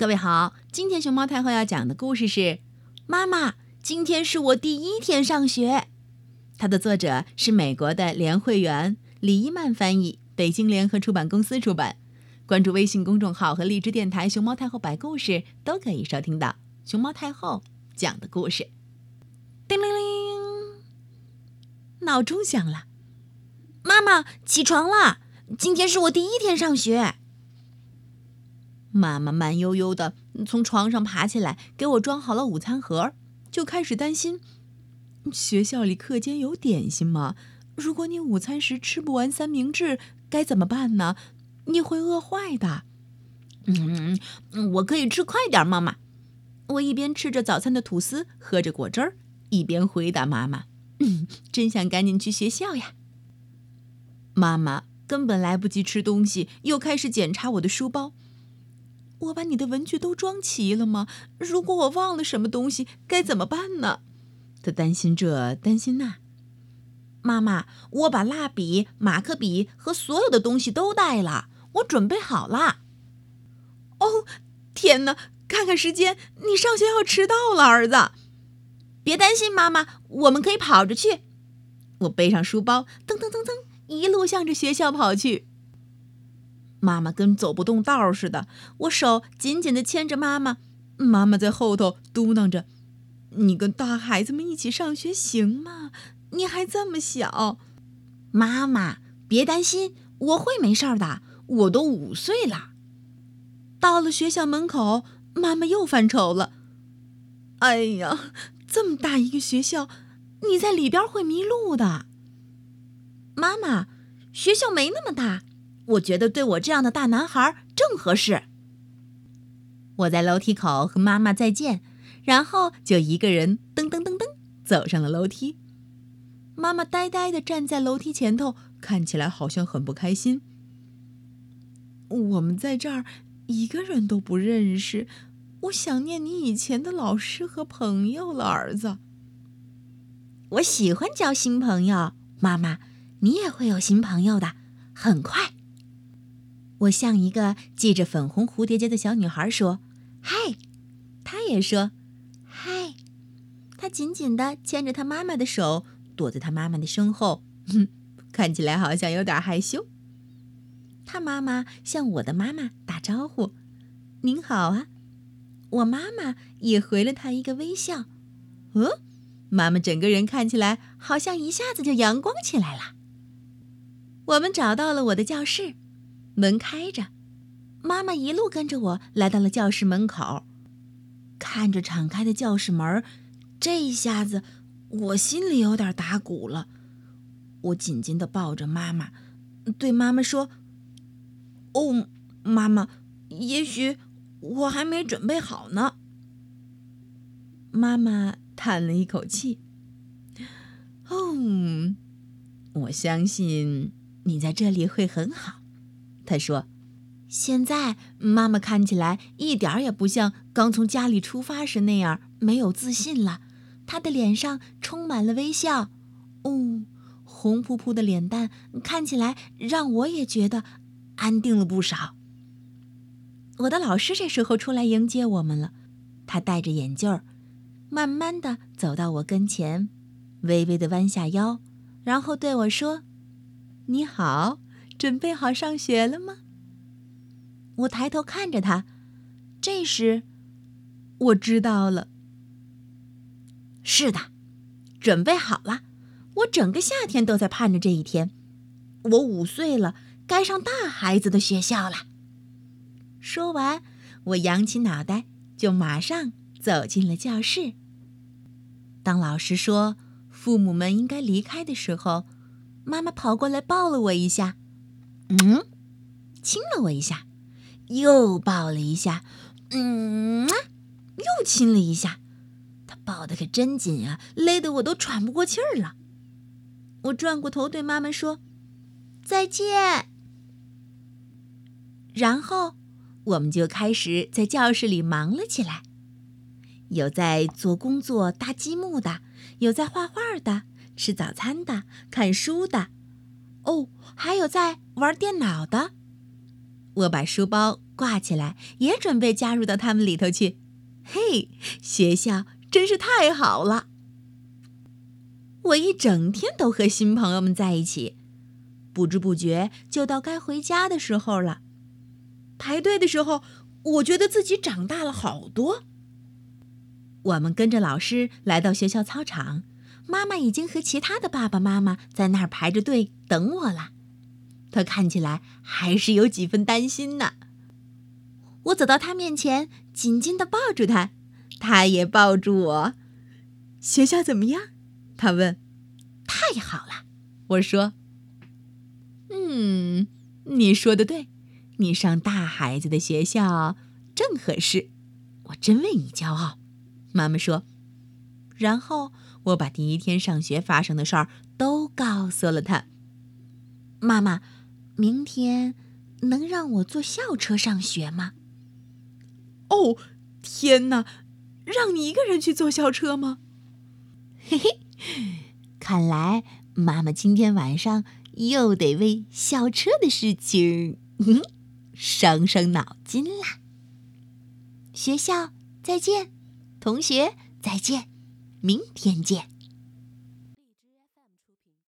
各位好，今天熊猫太后要讲的故事是《妈妈，今天是我第一天上学》。它的作者是美国的连慧媛，李一曼翻译，北京联合出版公司出版。关注微信公众号和荔枝电台熊猫太后摆故事，都可以收听到熊猫太后讲的故事。叮铃铃，闹钟响了。 妈妈，起床了，今天是我第一天上学。 妈妈慢悠悠地从床上爬起来，给我装好了午餐盒，就开始担心，学校里课间有点心吗？如果你午餐时吃不完三明治，该怎么办呢？你会饿坏的。 我可以吃快点，妈妈。 我一边吃着早餐的吐司，喝着果汁儿，一边回答妈妈，真想赶紧去学校呀。妈妈根本来不及吃东西，又开始检查我的书包。我把你的文具都装齐了吗？如果我忘了什么东西，该怎么办呢？他担心这，担心那。 妈妈，我把蜡笔、马克笔和所有的东西都带了，我准备好了。 哦，天哪！看看时间，你上学要迟到了，儿子。 别担心，妈妈，我们可以跑着去。 我背上书包，噔噔噔噔，一路向着学校跑去。妈妈跟走不动道似的，我手紧紧地牵着妈妈，妈妈在后头嘟囔着：“你跟大孩子们一起上学行吗？你还这么小。” 妈妈，别担心，我会没事的，我都5岁了。 到了学校门口，妈妈又犯愁了：“哎呀，这么大一个学校，你在里边会迷路的。” 妈妈，学校没那么大，我觉得对我这样的大男孩正合适。 我在楼梯口和妈妈再见，然后就一个人噔噔噔噔走上了楼梯。妈妈呆呆地站在楼梯前头，看起来好像很不开心。我们在这儿一个人都不认识，我想念你以前的老师和朋友了，儿子。 我喜欢交新朋友，妈妈，你也会有新朋友的，很快。 我向一个系着粉红蝴蝶结的小女孩说：“嗨！”她也说：“嗨！”她紧紧地牵着她妈妈的手，躲在她妈妈的身后，看起来好像有点害羞。她妈妈向我的妈妈打招呼：“您好啊。”我妈妈也回了她一个微笑。妈妈整个人看起来好像一下子就阳光起来了。我们找到了我的教室。门开着，妈妈一路跟着我来到了教室门口。看着敞开的教室门，这一下子我心里有点打鼓了。我紧紧地抱着妈妈，对妈妈说：“哦，妈妈，也许我还没准备好呢。”妈妈叹了一口气：“我相信你在这里会很好。”他说：“现在妈妈看起来一点也不像刚从家里出发时那样没有自信了，她的脸上充满了微笑。红扑扑的脸蛋看起来让我也觉得安定了不少。”我的老师这时候出来迎接我们了，他戴着眼镜儿，慢慢地走到我跟前，微微地弯下腰，然后对我说：“你好。准备好上学了吗？”我抬头看着他，这时我知道了。是的，准备好了。我整个夏天都在盼着这一天。我5岁了，该上大孩子的学校了。说完，我扬起脑袋，就马上走进了教室。当老师说父母们应该离开的时候，妈妈跑过来抱了我一下。亲了我一下，又抱了一下，又亲了一下。他抱得可真紧啊，勒得我都喘不过气儿了。我转过头对妈妈说：“再见。”然后我们就开始在教室里忙了起来，有在做工作搭积木的，有在画画的，吃早餐的，看书的，还有在玩电脑的。 我把书包挂起来，也准备加入到他们里头去。嘿，学校真是太好了！我一整天都和新朋友们在一起，不知不觉就到该回家的时候了。排队的时候，我觉得自己长大了好多。我们跟着老师来到学校操场，妈妈已经和其他的爸爸妈妈在那儿排着队等我了。她看起来还是有几分担心呢。我走到她面前，紧紧地抱住她，她也抱住我。学校怎么样？她问。太好了，我说。你说的对，你上大孩子的学校正合适，我真为你骄傲。妈妈说。然后我把第一天上学发生的事儿都告诉了她。妈妈，明天能让我坐校车上学吗？哦，天哪，让你一个人去坐校车吗？嘿嘿，看来妈妈今天晚上又得为校车的事情伤伤脑筋啦。学校再见，同学再见，明天见。